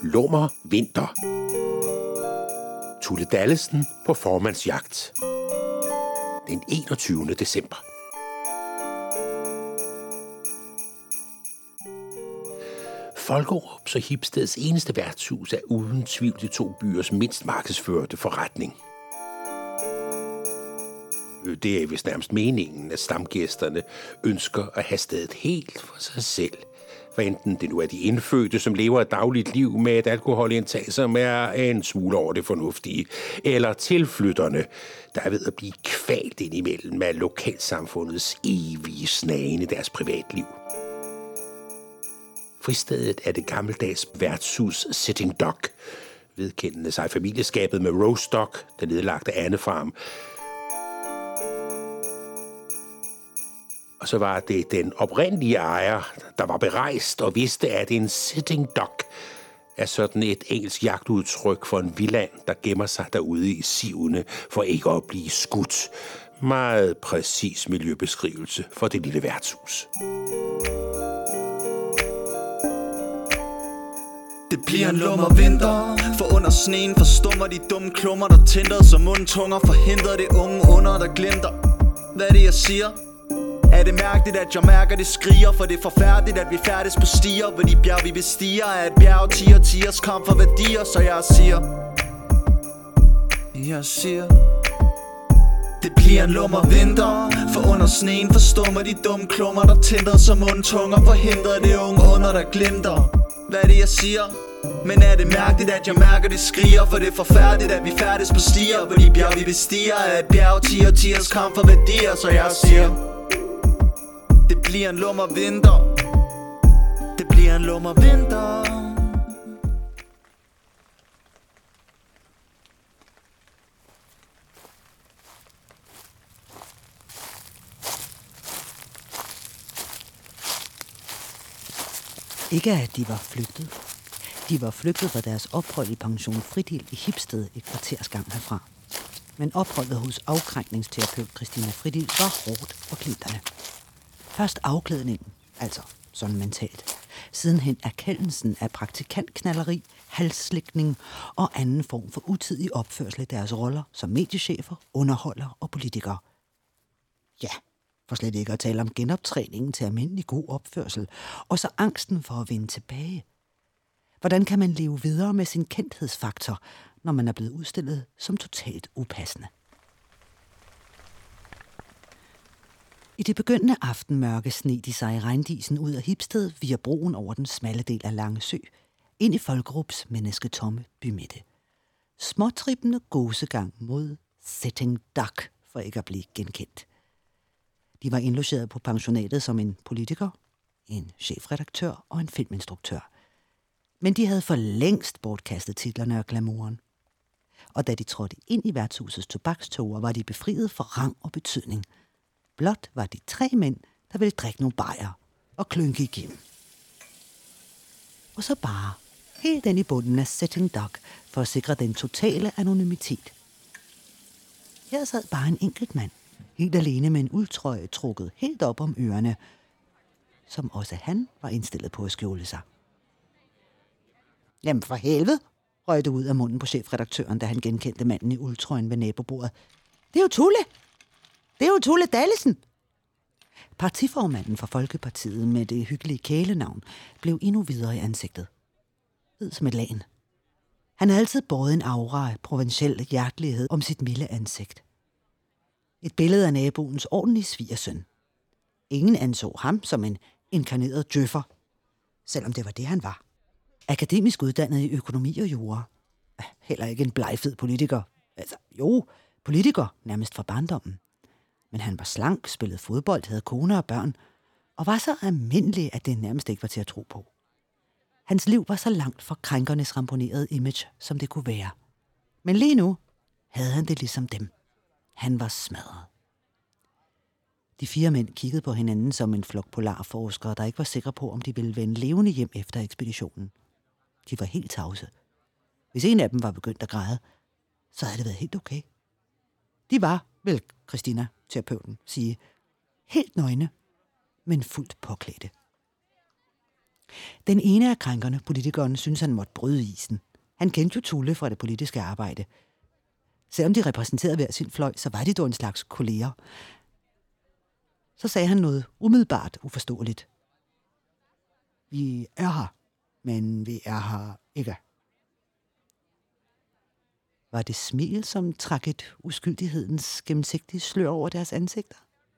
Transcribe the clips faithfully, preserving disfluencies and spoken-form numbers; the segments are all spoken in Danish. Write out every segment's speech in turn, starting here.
Lummer vinter. Tulle Dallesen på formandsjagt. Den enogtyvende december. Folkerups og Hipsteds eneste værtshus er uden tvivl de to byers mindst markedsførte forretning. Det er vist nærmest meningen, at stamgæsterne ønsker at have stedet helt for sig selv. Hvad enten det nu er de indfødte, som lever et dagligt liv med et alkoholindtag, som er en smule over det fornuftige, eller tilflytterne, der er ved at blive kvalt indimellem af lokalsamfundets evige snagen i deres privatliv. Fristedet er det gammeldags værtshus Sitting Duck, vedkendende sig familieskabet med Rose Duck, den nedlagte andefarm. Og så var det den oprindelige ejer, der var berejst og vidste, at en sitting duck er sådan et engelsk jagtudtryk for en villand, der gemmer sig derude i sivene for ikke at blive skudt. Meget præcis miljøbeskrivelse for det lille værtshus. Det bliver en lummer vinter, for under sneen forstummer de dumme klummer, der tænder som mundtunger, forhindrer det unge under, der glemter. Hvad er det, jeg siger? Er det mærkeligt, at jeg mærker det skriger? For det er forfærdeligt, at vi færdes på stier, hvor de bjerg vi bestiger er et bjerg, tiger, tigers kamp for værdier. Så jeg siger, jeg siger, det bliver en lummer vinter, for under sneen forstummer de dumme klummer, der tænder som mundtunger, forhindrer det unge under, der glemter. Hvad er det, jeg siger? Men er det mærkeligt, at jeg mærker det skriger? For det er forfærdeligt, at vi færdes på stier, hvor de bjerg vi bestiger er et bjerg, tiger, tigers kamp for værdier. Så jeg siger, det bliver en lummer vinter. Det bliver en lummer vinter. Ikke at de var flygtet. De var flygtet fra deres ophold i pension Friedil i Hipsted et kvarters gang herfra. Men opholdet hos afkrænkningsterapeut Christina Friedil var hårdt og klinterne. Først afklædningen, altså sådan mentalt. Sidenhen erkendelsen af praktikantknalleri, halsslikning og anden form for utidig opførsel i deres roller som mediechefer, underholdere og politikere. Ja, for slet ikke at tale om genoptræningen til almindelig god opførsel, og så angsten for at vende tilbage. Hvordan kan man leve videre med sin kendthedsfaktor, når man er blevet udstillet som totalt upassende? I det begyndende aftenmørke sneg de sig i regndisen ud af Hipsted via broen over den smalle del af Lange Sø, ind i Folkerups mennesketomme bymidte. Småtrippende gåsegang mod Sitting Duck, for ikke at blive genkendt. De var indlogeret på pensionatet som en politiker, en chefredaktør og en filminstruktør. Men de havde for længst bortkastet titlerne og glamouren. Og da de trådte ind i værtshusets tobakstoger, var de befriet for rang og betydning. Blot var de tre mænd, der ville drikke nogle bajer og klynke igennem. Og så bare helt ind i bunden af Sitting Duck for at sikre den totale anonymitet. Her sad bare en enkelt mand, helt alene med en uldtrøje trukket helt op om ørerne, som også han var indstillet på at skjule sig. Jamen for helvede, røg det ud af munden på chefredaktøren, da han genkendte manden i uldtrøjen ved nabobordet. Det er jo Tulle! Det er jo Tulle Dallesen! Partiformanden for Folkepartiet med det hyggelige kælenavn blev endnu videre i ansigtet. Hvid som et lagen. Han havde altid båret en aura af provinciel hjertelighed om sit milde ansigt. Et billede af naboens ordentlige svigersøn. Ingen anså ham som en inkarneret djøffer, selvom det var det, han var. Akademisk uddannet i økonomi og jura. Heller ikke en blegfed politiker. Altså, jo, politiker nærmest fra barndommen. Men han var slank, spillede fodbold, havde kone og børn, og var så almindelig, at det nærmest ikke var til at tro på. Hans liv var så langt fra krænkernes ramponerede image, som det kunne være. Men lige nu havde han det ligesom dem. Han var smadret. De fire mænd kiggede på hinanden som en flok polarforskere, der ikke var sikre på, om de ville vende levende hjem efter ekspeditionen. De var helt tavse. Hvis en af dem var begyndt at græde, så havde det været helt okay. De var, vil Christina, terapeuten, sige, helt nøgne, men fuldt påklædte. Den ene af krænkerne, politikeren, synes han måtte bryde isen. Han kendte jo Tulle fra det politiske arbejde. Selvom de repræsenterede hver sin fløj, så var de dog en slags kolleger. Så sagde han noget umiddelbart uforståeligt. Vi er her, men vi er her ikke. Var det smil, som trak et uskyldighedens gennemsigtige slør over deres ansigter?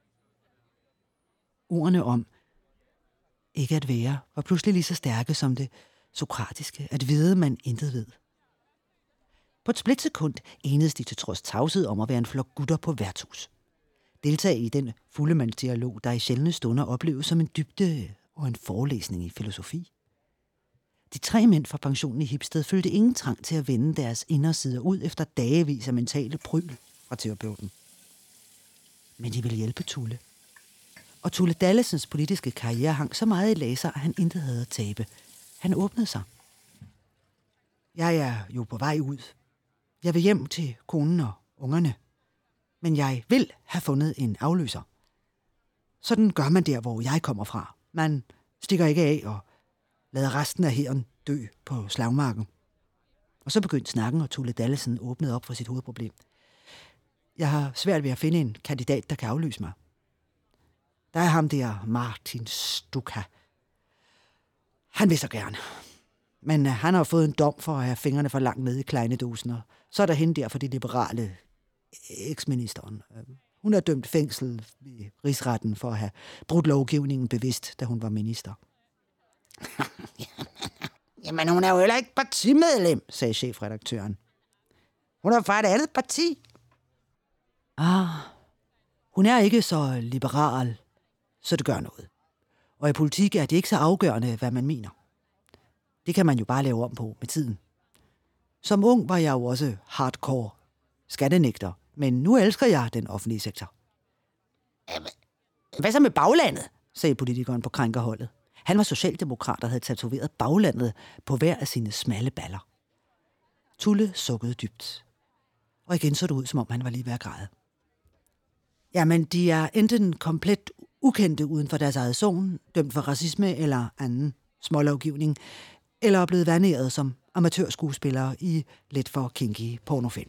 Ordene om ikke at være var pludselig lige så stærke som det sokratiske, at vide, man intet ved. På et splitsekund enedes de til trods tavshed om at være en flok gutter på værtshus. Deltag i den fuldemandsdialog, der i sjældne stunder opleves som en dybde og en forelæsning i filosofi. De tre mænd fra pensionen i Hipsted følte ingen trang til at vende deres indersider ud efter dagevis af mentale pryl fra terapeuten. Men de ville hjælpe Tulle. Og Tulle Dallesens politiske karriere hang så meget i laser, at han intet havde at tabe. Han åbnede sig. Jeg er jo på vej ud. Jeg vil hjem til konen og ungerne. Men jeg vil have fundet en afløser. Sådan gør man der, hvor jeg kommer fra. Man stikker ikke af og lader resten af hæren dø på slagmarken. Og så begyndte snakken, og Tulle Dallesen åbnede op for sit hovedproblem. Jeg har svært ved at finde en kandidat, der kan afløse mig. Der er ham der, Martin Stuka. Han vil så gerne. Men han har fået en dom for at have fingrene for langt nede i kleinedosen, og så er der hende der for de liberale eksministeren. Hun er dømt fængsel i rigsretten for at have brudt lovgivningen bevidst, da hun var minister. Jamen, hun er jo heller ikke partimedlem, sagde chefredaktøren. Hun er fra et andet parti. Ah, hun er ikke så liberal, så det gør noget. Og i politik er det ikke så afgørende, hvad man mener. Det kan man jo bare lave om på med tiden. Som ung var jeg jo også hardcore skattenægter, men nu elsker jeg den offentlige sektor. Hvad så med baglandet, sagde politikeren på krænkerholdet. Han var socialdemokrat og havde tatoveret baglandet på hver af sine smalle baller. Tulle sukkede dybt. Og igen så det ud, som om han var lige ved at græde. Jamen, de er enten komplet ukendte uden for deres eget sogn, dømt for racisme eller anden smålovgivning, eller er blevet vaneret som amatørskuespillere i lidt for kinky pornofilm.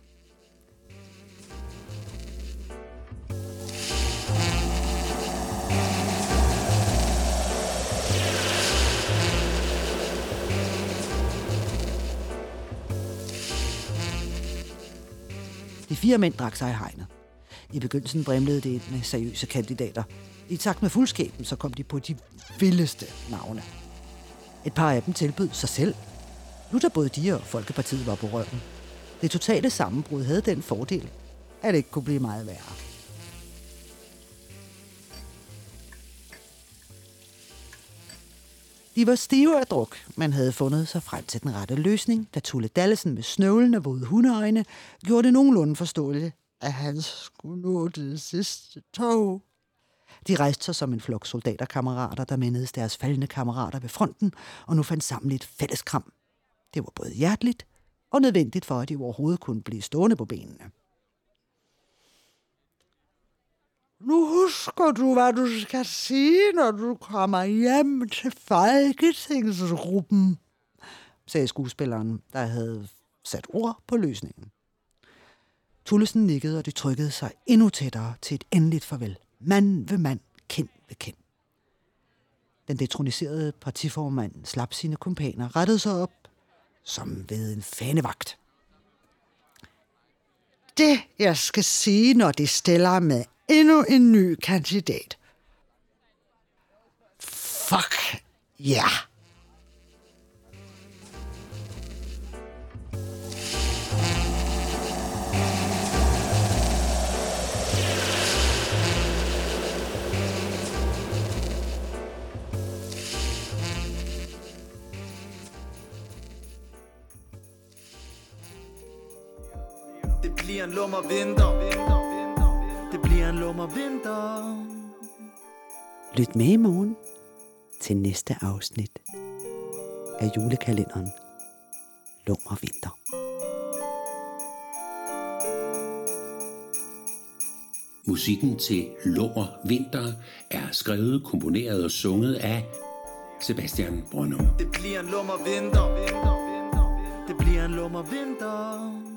De fire mænd drak sig i hegnet. I begyndelsen brimlede det med seriøse kandidater. I takt med fuldskaben, så kom de på de vildeste navne. Et par af dem tilbød sig selv. Nu da både de og Folkepartiet var på røven. Det totale sammenbrud havde den fordel, at det ikke kunne blive meget værre. De var stive af druk, men havde fundet sig frem til den rette løsning, da Tulle Dallesen med snøvlende våde hundeøjne gjorde det nogenlunde forståeligt, at han skulle nå det sidste tog. De rejste sig som en flok soldaterkammerater, der mindedes deres faldende kammerater ved fronten, og nu fandt sammen et fælles kram. Det var både hjerteligt og nødvendigt for, at de overhovedet kunne blive stående på benene. Nu husker du, hvad du skal sige, når du kommer hjem til folketingsgruppen, sagde skuespilleren, der havde sat ord på løsningen. Tullesen nikkede, og de trykkede sig endnu tættere til et endeligt farvel. Mand ved mand, kind ved kind. Den detroniserede partiformand slap sine kumpaner, rettede sig op som ved en fanevagt. Det, jeg skal sige, når det stiller med endnu en ny kandidat. Fuck ja! Yeah. Det bliver en lummer vinter. Det bliver en lummer vinter. Lyt med i morgen til næste afsnit af julekalenderen Lummer Vinter. Musikken til Lummer Vinter er skrevet, komponeret og sunget af Sebastian Brøndum. Det bliver en lummer vinter. Det bliver en lummer vinter.